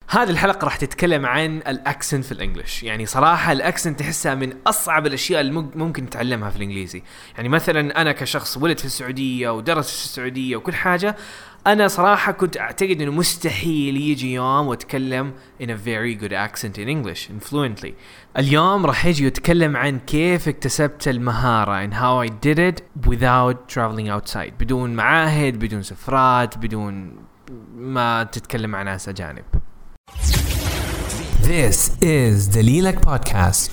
هذه الحلقة راح تتكلم عن الأكسنت في الإنجليش. يعني صراحة الأكسنت تحسها من أصعب الأشياء اللي ممكن تتعلمها في الإنجليزي. يعني مثلا أنا كشخص ولد في السعودية ودرس في السعودية وكل حاجة، أنا صراحة كنت أعتقد إنه مستحيل يجي يوم وأتكلم in a very good accent in English and fluently. اليوم راح يجي يتكلم عن كيف اكتسبت المهارة and how I did it without traveling outside، بدون معاهد، بدون سفرات، بدون ما تتكلم مع ناس أجانب. This is the Lilac Podcast.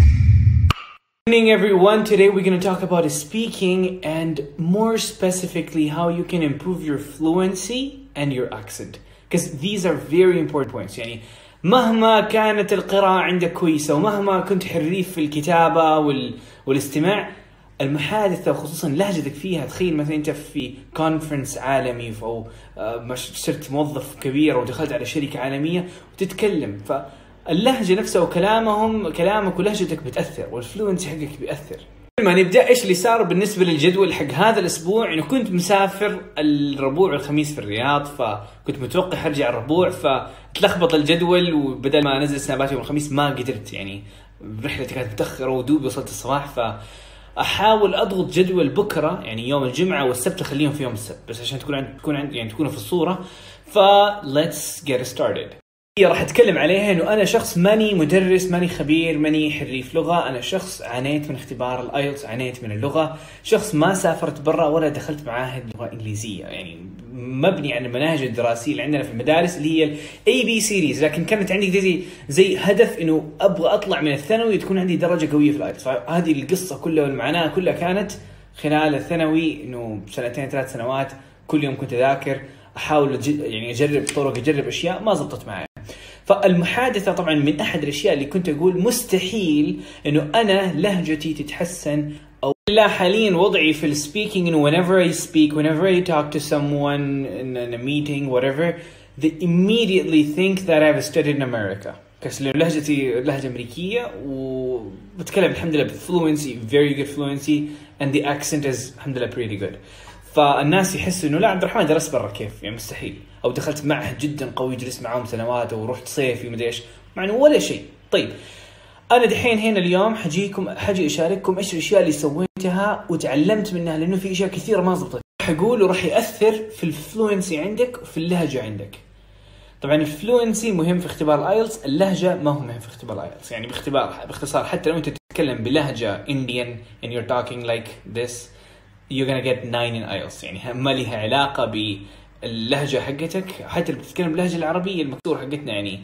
Good evening, everyone. Today we're going to talk about speaking and more specifically how you can improve your fluency and your accent, because these are very important points. يعني مهما كانت القراءة عندك كويسة ومهما كنت حريف في الكتابة والاستماع، المحادثة وخصوصا لهجتك فيها. تخيل مثلا انت في كونفرنس عالمي او صرت موظف كبير ودخلت على شركة عالمية وتتكلم، فاللهجة نفسها كلامك ولهجتك بتأثر، والفلوينسي حقك بيأثر. ما نبدأ ايش اللي صار بالنسبة للجدول حق هذا الاسبوع. انه كنت مسافر الربوع والخميس في الرياض، فكنت متوقع ارجع الربوع، فتلخبط الجدول، وبدل ما انزل سنابات يوم الخميس ما قدرت. يعني رحلتي كانت متأخرة ودوبي وصلت الصباح، احاول اضغط جدول بكره، يعني يوم الجمعه والسبت اخليهم في يوم السبت بس عشان تكونوا في الصوره. let's get started. راح اتكلم عليها انه انا شخص ماني مدرس، ماني خبير، ماني حريف لغه. انا شخص عانيت من اختبار الايلتس، عانيت من اللغه، شخص ما سافرت برا ولا دخلت معاهد لغه انجليزيه، يعني مبني على المناهج الدراسيه اللي عندنا في المدارس اللي هي ABCDs. لكن كانت عندي زي هدف انه ابغى اطلع من الثانوي تكون عندي درجه قويه في الايلتس. فهذه القصه كلها والمعاناه كلها كانت خلال الثانوي، انه 2-3 سنوات كل يوم كنت اذاكر، احاول يعني اجرب طرق، اجرب اشياء ما زبطت معي. فالمحادثة طبعا من أحد الأشياء اللي كنت أقول مستحيل إنه أنا لهجتي تتحسن، أو لا حاليا وضعي في السبيكينج إنه whenever I speak, whenever I talk to someone in a meeting, whatever, they immediately think that I've studied in America. كاس لهجتي لهجة أمريكية وبتكلم الحمد لله بفلوينسي، very good fluency, and the accent is الحمد لله pretty good. فالناس يحسوا انه لا عبد الرحمن درس برا، كيف يعني مستحيل، او دخلت معهد جدا قوي جلست معاهم سنوات ورحت صيفي مدري ايش، مع انه ولا شيء. طيب انا دحين هنا اليوم حجي اشارككم ايش الاشياء اللي سويتها وتعلمت منها، لانه في اشياء كثيره ما زبطت. راح اقول وراح ياثر في الفلوينسي عندك وفي اللهجه عندك. طبعا الفلوينسي مهم في اختبار الايلتس، اللهجه ما هو مهم في اختبار الايلتس. يعني باختصار حتى لو انت تتكلم بلهجه Indian and you're talking like this, you're gonna get 9 in IELTS. يعني ما لها علاقة باللهجة حقتك. حتى اللي بتتكلم باللهجة العربية المكتورة حقتنا، يعني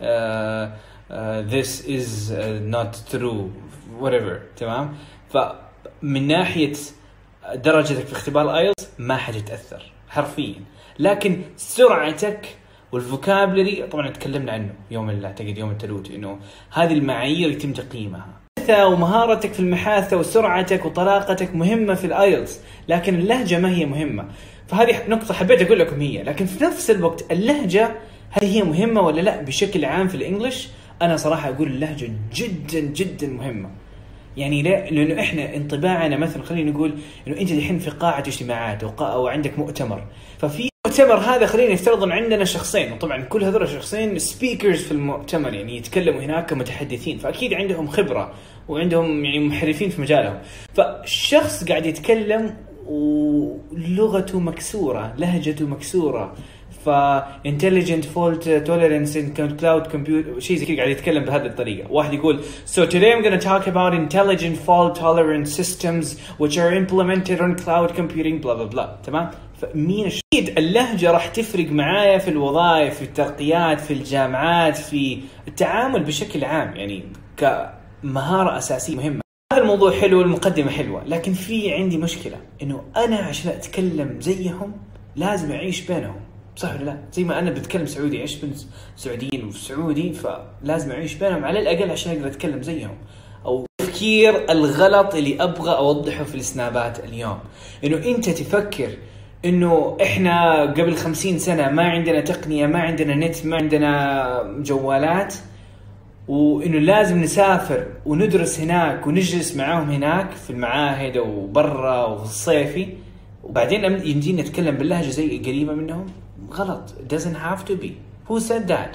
this is not true whatever، تمام. فمن ناحية درجتك في اختبار IELTS ما حتتأثر حرفيا، لكن سرعتك والفوكابلري طبعا تكلمنا عنه يوم الثلاث، انه هذه المعايير يتم تقييمها. ومهارتك في المحادثة وسرعتك وطلاقتك مهمة في الآيلتس، لكن اللهجة ما هي مهمة. فهذه نقطة حبيت أقول لكم هي. لكن في نفس الوقت اللهجة هل هي مهمة ولا لا بشكل عام في الإنجليش؟ أنا صراحة أقول اللهجة جدا جدا مهمة. يعني لأنه إحنا انطباعنا مثلا، خلينا نقول إنه أنت الحين في قاعة اجتماعات أو عندك مؤتمر، ففي المؤتمر هذا خلينا نفترض ان عندنا شخصين، وطبعا كل هذول الشخصين سبيكرز في المؤتمر، يعني يتكلموا هناك كمتحدثين، فاكيد عندهم خبره وعندهم يعني محرفين في مجالهم. فالشخص قاعد يتكلم ولغته مكسوره، لهجته مكسوره، intelligent fault tolerance in cloud computing شيء زي كذا، قاعد يتكلم بهذه الطريقه. واحد يقول so today I'm going to talk about intelligent fault tolerant systems which are implemented on cloud computing blah blah blah، تمام. فمين الشيء اللهجة راح تفرق معايا في الوظائف، في الترقيات، في الجامعات، في التعامل بشكل عام، يعني كمهارة أساسية مهمة. هذا الموضوع حلو، المقدمة حلوة، لكن في عندي مشكلة إنه أنا عشان أتكلم زيهم لازم أعيش بينهم، صح ولا لا؟ زي ما أنا بتكلم سعودي، عشت بين سعوديين وسعودي، فلازم أعيش بينهم على الأقل عشان أقدر أتكلم زيهم. أو التفكير الغلط اللي أبغى أوضحه في السنابات اليوم، إنه أنت تفكر إنه إحنا قبل 50 سنة ما عندنا تقنية، ما عندنا نت، ما عندنا جوالات، وإنه لازم نسافر وندرس هناك ونجلس معاهم هناك في المعاهد وبرا وفي الصيفي، وبعدين يمدينا نتكلم باللهجة زي قريبة منهم. غلط. It doesn't have to be. Who said that?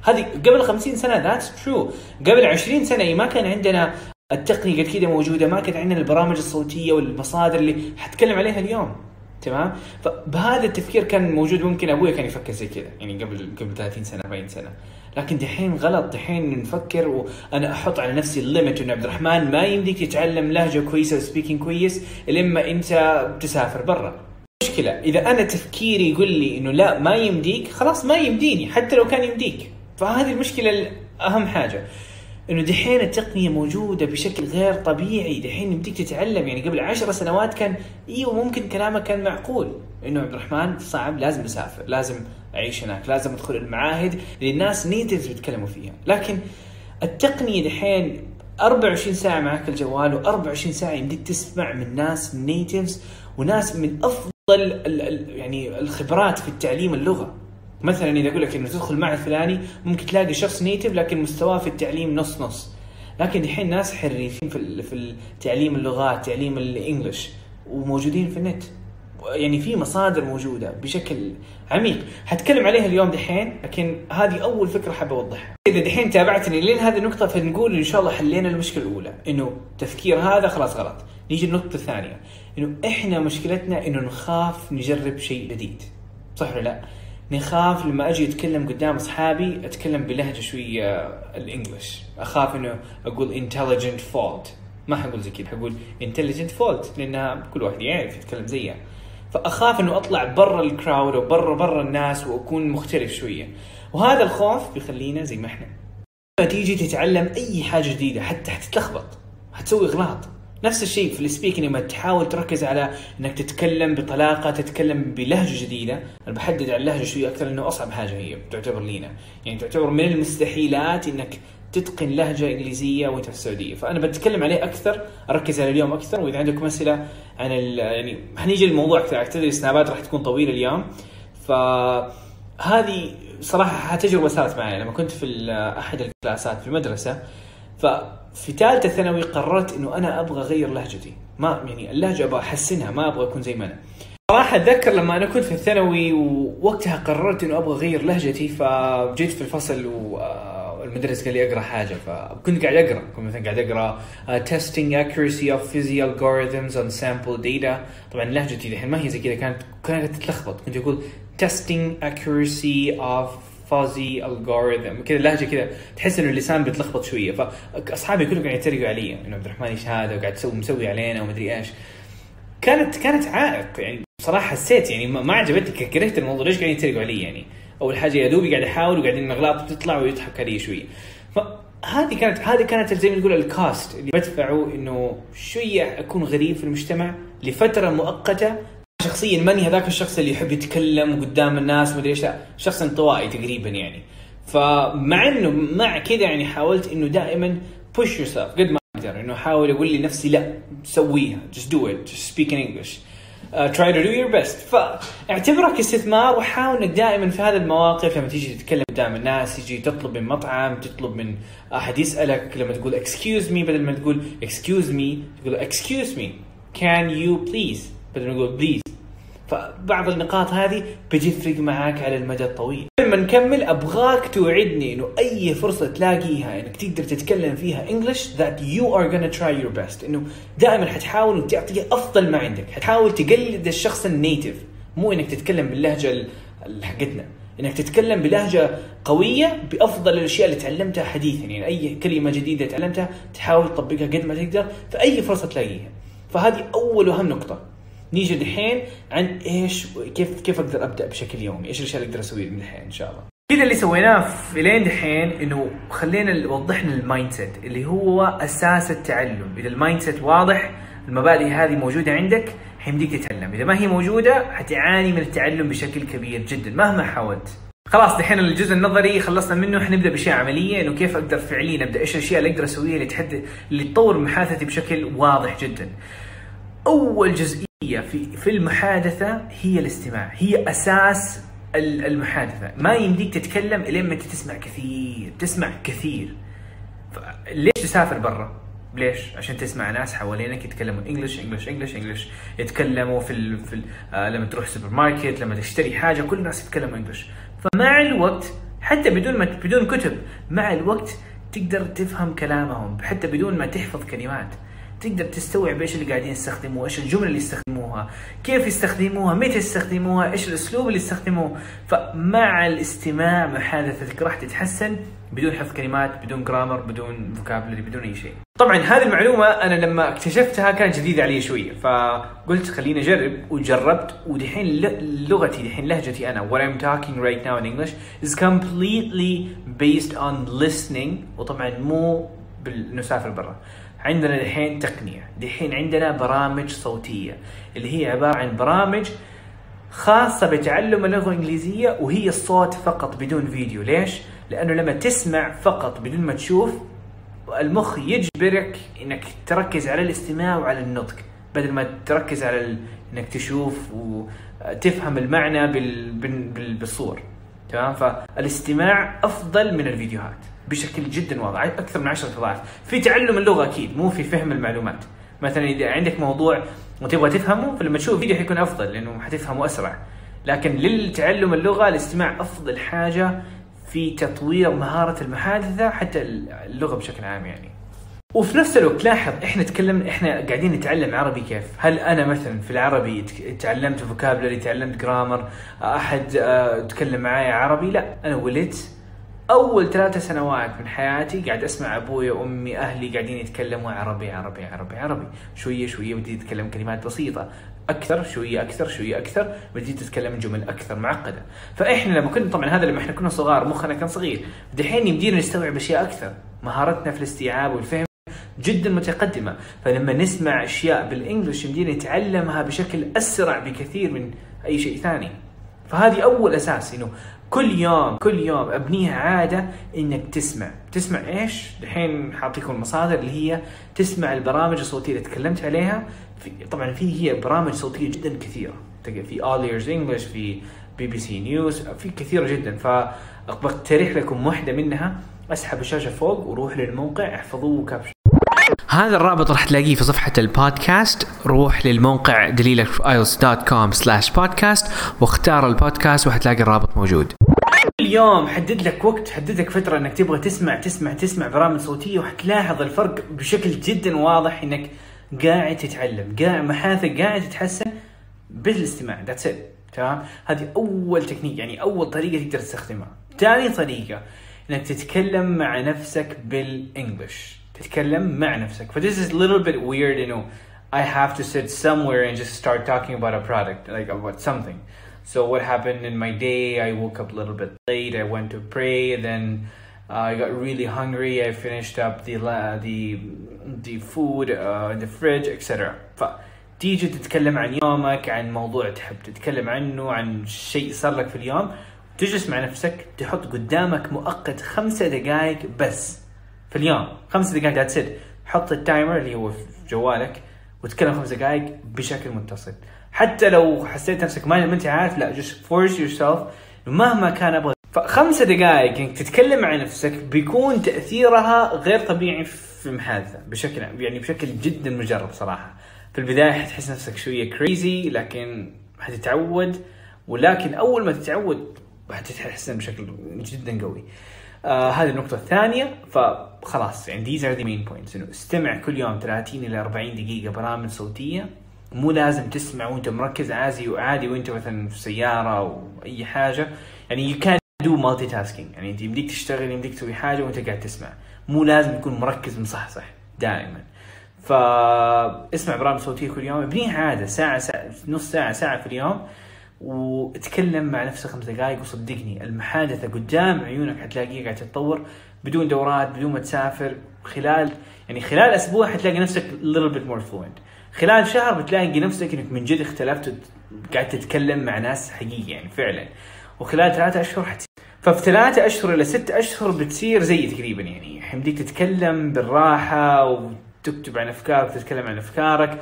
هذه قبل 50 سنة that's true. قبل 20 سنة ما كان عندنا التقنية قد كده موجودة، ما كان عندنا البرامج الصوتية والمصادر اللي حتكلم عليها اليوم. تمام. فبهذا التفكير كان موجود، ممكن أبوي كان يفكر زي كده يعني قبل 30 سنة 40 سنة. لكن دحين غلط، دحين نفكر وأنا أحط على نفسي الليمت إنه عبد الرحمن ما يمديك تتعلم لهجة كويسة وسبيكينج كويس إلا أنت تسافر برا. مشكلة إذا أنا تفكيري يقول لي إنه لا ما يمديك، خلاص ما يمديني حتى لو كان يمديك. فهذه المشكلة الأهم حاجة، إنه دحين التقنية موجودة بشكل غير طبيعي. دحين يمديك تتعلم. يعني قبل 10 سنوات كان ممكن كلامك كان معقول إنه عبد الرحمن صعب، لازم أسافر، لازم أعيش هناك، لازم أدخل المعاهد اللي الناس نيتيفز بيتكلموا فيها. لكن التقنية دحين 24 ساعة معك الجوال، و24 ساعة يمديك تسمع من ناس نيتيفز وناس من أفضل يعني الخبرات في التعليم اللغة. مثلا إذا أقول لك إنه تدخل معهد فلاني ممكن تلاقي شخص نيتيف لكن مستواه في التعليم نص نص. لكن دحين ناس حريفين في تعليم اللغات، تعليم الإنجليش، وموجودين في النت. يعني في مصادر موجودة بشكل عميق هتكلم عليها اليوم دحين، لكن هذه أول فكرة حابة أوضحها. إذا دحين تابعتني لين هذه النقطة فنقول إن شاء الله حلينا المشكلة الأولى، إنه تفكير هذا خلاص غلط. نيجي النقطة الثانية، إنه إحنا مشكلتنا إنه نخاف نجرب شيء جديد. صح ولا لا؟ نخاف لما أجي أتكلم قدام أصحابي أتكلم بلهجة شوية الإنجليش، أخاف إنه أقول intelligent fault. ما حقول زي كده، حقول intelligent fault لأنها كل واحد يعرف يتكلم زيها. فأخاف إنه أطلع برا الكراود وبرا الناس وأكون مختلف شوية، وهذا الخوف بيخلينا زي ما إحنا. لما تيجي تتعلم أي حاجة جديدة حتى حتتلخبط، حتسوي غلط. نفس الشيء في السبيكينج، لما تحاول تركز على إنك تتكلم بطلاقة، تتكلم بلهجة جديدة. أنا بحدد على اللهجة شوية أكثر لأنه أصعب حاجة هي تعتبر لينا، يعني تعتبر من المستحيلات إنك تتقن لهجة إنجليزية وأنت في السعودية. فأنا بتكلم عليه أكثر، أركز على اليوم أكثر. وإذا عندكم أسئلة عن يعني هنيجي للموضوع أكثر، أعتذر السنابات راح تكون طويلة اليوم. فهذه صراحة تجربة صارت معي لما كنت في أحد الكلاسات في المدرسة. ففي ثالثة ثانوي قررت إنه أنا أبغى أغير لهجتي، ما يعني اللهجة أبغى أحسنها، ما أبغى أكون زي ما أنا. صراحة أتذكر لما أنا كنت في الثانوي ووقتها قررت إنه أبغى أغير لهجتي، فجيت في الفصل والمدرس قال لي أقرأ حاجة، فكنت قاعد أقرأ، كنت مثلا قاعد أقرأ testing accuracy of fuzzy algorithms on sample data. طبعا لهجتي الحين ما هي زي كذا، كانت تتلخبط. كنت أقول testing accuracy of fuzzy algorithm كذا، لهجة كذا تحس إنه اللسان بيتلخبط شوية. فأصحابي كلهم قاعد يتريقوا علي إنه عبد الرحمن إيش هذا، وقاعد مسوي علينا ومدري إيش. كانت عائق يعني. بصراحة حسيت يعني ما عجبتني، كرهت الموضوع. ليش قاعدين يتريقوا علي يعني؟ أول حاجة يا دوبي قاعد أحاول وقاعدين نغلط بتطلع ويضحك علي شوية. هذه كانت زي ما نقول الكاست اللي بدفعه إنه شوية أكون غريب في المجتمع لفترة مؤقتة. شخصيا ماني هذاك الشخص اللي يحب يتكلم قدام الناس مدري ايش، شخص انطوائي تقريبا يعني. فمع انه مع كذا يعني حاولت انه دائما push yourself قد ما اقدر، انه احاول اقول لنفسي لا سويها، just do it, just speak in English, try to do your best. فاعتبرها كاستثمار، وحاول انك دائما في هذه المواقف لما تيجي تتكلم قدام الناس، تيجي تطلب من مطعم، تطلب من احد يسالك، لما تقول excuse me بدل ما تقول excuse me تقول excuse me can you please بدل ما تقول please. فبعض النقاط هذه بتفرق معاك على المدى الطويل. لما نكمل أبغاك توعدني إنه أي فرصة تلاقيها إنك تقدر تتكلم فيها English that you are gonna try your best، إنه دائما حتحاول وتعطي أفضل ما عندك، حتحاول تقلد الشخص النيتيف، مو إنك تتكلم باللهجة حقتنا، إنك تتكلم بلهجة قوية بأفضل الأشياء اللي تعلمتها حديثا. يعني أي كلمة جديدة تعلمتها تحاول تطبقها قد ما تقدر في أي فرصة تلاقيها. فهذه أول وأهم نقطة. نيجي دحين عن ايش كيف اقدر ابدا بشكل يومي، ايش الاشياء اللي اقدر اسويها من الحين ان شاء الله. كذا اللي سويناه في لين دحين انه خلينا وضحنا المايند سيت اللي هو اساس التعلم. اذا المايند سيت واضح، المبادئ هذه موجوده عندك، حيمديك تتعلم. اذا ما هي موجوده حتعاني من التعلم بشكل كبير جدا مهما حاولت. خلاص دحين الجزء النظري خلصنا منه، حنبدا باشياء عمليه، انه كيف اقدر فعليا ابدا، ايش الاشياء اللي اقدر اسويها اللي تطور محادثتي بشكل واضح جدا. اول جزئيه في المحادثة هي الاستماع، هي أساس المحادثة. ما يمديك تتكلم إلا لما تسمع كثير. ليش تسافر برا؟ ليش؟ عشان تسمع ناس حوالينك يتكلموا إنجليش، يتكلموا لما تروح سوبر ماركت، لما تشتري حاجة، كل الناس يتكلموا إنجليش. فمع الوقت حتى بدون كتب. مع الوقت تقدر تفهم كلامهم حتى بدون ما تحفظ كلمات، تقدر تستوعب ايش اللي قاعدين يستخدموه، ايش الجمله اللي يستخدموها، كيف يستخدموها، متى يستخدموها، ايش الاسلوب اللي يستخدموه. فمع الاستماع محادثتك راح تتحسن بدون حفظ كلمات، بدون جرامر، بدون فوكابلري، بدون اي شيء. طبعا هذه المعلومه انا لما اكتشفتها كانت جديده علي شويه، فقلت خليني اجرب وجربت. ودحين لغتي دحين لهجتي انا what I'm talking right now in English is completely based on listening. وطبعا مو بالنسافر برا، عندنا دحين تقنية، دحين عندنا برامج صوتية اللي هي عبارة عن برامج خاصة بتعلم اللغة الإنجليزية، وهي الصوت فقط بدون فيديو. ليش؟ لأنه لما تسمع فقط بدون ما تشوف، المخ يجبرك إنك تركز على الاستماع وعلى النطق بدل ما تركز على إنك تشوف وتفهم المعنى بالصور. تمام؟ فالاستماع أفضل من الفيديوهات بشكل جدا واضح، أكثر من 10 أضعاف في تعلم اللغة أكيد، مو في فهم المعلومات. مثلا إذا عندك موضوع وتبغى تفهمه، فلما تشوف فيديو حيكون أفضل لأنه حتفهمه أسرع. لكن للتعلم اللغة الاستماع أفضل حاجة في تطوير مهارة المحادثة حتى اللغة بشكل عام يعني. وفي نفس الوقت لاحظ احنا قاعدين نتعلم عربي كيف. هل انا مثلا في العربي تعلمت فوكابلري، تعلمت جرامر، احد تكلم معايا عربي؟ لا، انا ولدت اول 3 سنوات من حياتي قاعد اسمع ابوي وامي اهلي قاعدين يتكلموا عربي عربي عربي عربي. شويه شويه بديت اتكلم كلمات بسيطه، اكثر شويه اكثر شويه اكثر بديت اتكلم جمل اكثر معقده. فاحنا لما كنا طبعا هذا لما احنا كنا صغار مخنا كان صغير، دحين يمدينا نستوعب اشياء اكثر، مهارتنا في الاستيعاب والفهم جدا متقدمه. فلما نسمع اشياء بالانجلش يمدينا نتعلمها بشكل اسرع بكثير من اي شيء ثاني. فهذه اول اساس، انه كل يوم ابنيها عاده انك تسمع ايش. الحين حاعطيكم المصادر اللي هي تسمع البرامج الصوتيه اللي تكلمت عليها. طبعا هي برامج صوتيه جدا كثيره، تلقى في All Ears English، في BBC News، في كثيره جدا. فبقترح لكم واحده منها، اسحب الشاشه فوق وروح للموقع، احفظوه وكابشن. هذا الرابط راح تلاقيه في صفحة البودكاست. روح للموقع dalilakielts.com/podcast واختار البودكاست وحتلاقي الرابط موجود. كل يوم حدد لك وقت، حدد لك فترة انك تبغى تسمع برامج صوتية، وحتلاحظ الفرق بشكل جدا واضح انك قاعد تتعلم، محادثك قاعد تتحسن بالاستماع. That's it. تمام؟ هذه أول تكنيك، يعني أول طريقة تقدر تستخدمها. ثاني طريقة انك تتكلم مع نفسك بالإنجليش، تتكلم مع نفسك. This is a little bit weird, you know. I have to sit somewhere and just start talking about a product, like about something. So what happened in my day? I woke up a little bit late. I went to pray. Then I got really hungry. I finished up the food in the fridge, etc. فتيجي تتكلم عن يومك، عن موضوع تحب تتكلم عنه، عن شيء صار لك في اليوم. تجلس مع نفسك، تحط قدامك مؤقت 5 دقائق بس في اليوم، 5 دقائق that's it. حط التايمر اللي هو في جوالك وتكلم 5 دقائق بشكل متصل. حتى لو حسيت نفسك ما انت عارف، لا just force yourself مهما كان ابغى. ف5 دقائق انك تتكلم مع نفسك بيكون تأثيرها غير طبيعي في المحادثة بشكل جدا مجرب صراحة. في البداية حتحس نفسك شوية crazy، لكن حتتعود، ولكن أول ما تتعود حتتحسن بشكل جدا قوي. هذه النقطة الثانية. فخلاص يعني these are the main points. إنه استمع كل يوم 30 إلى 40 دقيقة برامج صوتية. مو لازم تسمع وانت مركز، عادي وانت مثلا في سيارة أو أي حاجة. يعني you can't do multitasking، يعني انت يمديك تشتغل، يمديك تسوي حاجة وانت قاعد تسمع، مو لازم تكون مركز مصحصح دائما. فاسمع برامج صوتية كل يوم، ابنيها عادة، ساعة نص ساعة في اليوم، وتكلم مع نفسك 5 دقائق. وصدقني المحادثة قدام عيونك حتلاقيها قاعد تتطور بدون دورات، بدون ما تسافر. خلال أسبوع حتلاقي نفسك little bit more fluent. خلال شهر بتلاقي نفسك انك من جد اختلفت، قاعد تتكلم مع ناس حقيقي يعني فعلا. وخلال 3 أشهر ففي 3 أشهر إلى 6 أشهر بتصير زي تقريبا، يعني حمديك تتكلم بالراحة وتكتب عن أفكارك، تتكلم عن أفكارك.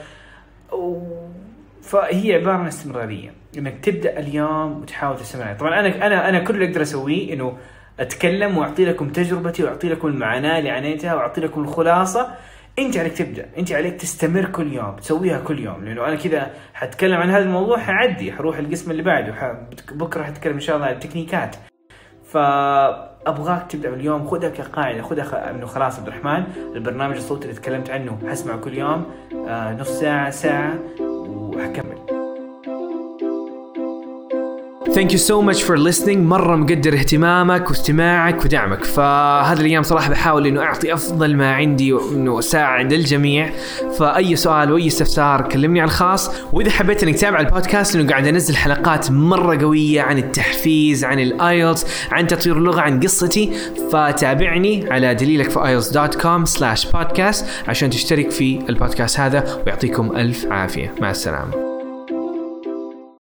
فهي عبارة عن استمرارية، انك تبدأ اليوم وتحاول تستمر. طبعا انا كل اللي اقدر اسويه انه اتكلم واعطي لكم تجربتي واعطي لكم المعاناة اللي عانيتها واعطي لكم الخلاصة. انت عليك تبدأ، انت عليك تستمر كل يوم، تسويها كل يوم. لانه انا كذا حتكلم عن هذا الموضوع، حروح القسم اللي بعده، بكرة حتكلم ان شاء الله عن التكنيكات. فأبغاك تبدأ اليوم، خذها كقاعدة، خذها إنه خلاص عبد الرحمن البرنامج الصوتي اللي تكلمت عنه هسمعه كل يوم نص ساعة ساعة وهكمل. Thank you so much for listening. مرة مقدر اهتمامك واستماعك ودعمك. فهذه الأيام صراحة بحاول إنه أعطي أفضل ما عندي وإنه أساعد الجميع. فأي سؤال وأي استفسار كلمني على الخاص. وإذا حبيت إنك تتابع البودكاست إنه قاعد أنزل حلقات مرة قوية عن التحفيز، عن الآيلتس، عن تطوير اللغة، عن قصتي، فتابعني على dalilakforielts.com/podcast عشان تشترك في البودكاست هذا. ويعطيكم ألف عافية. مع السلامة.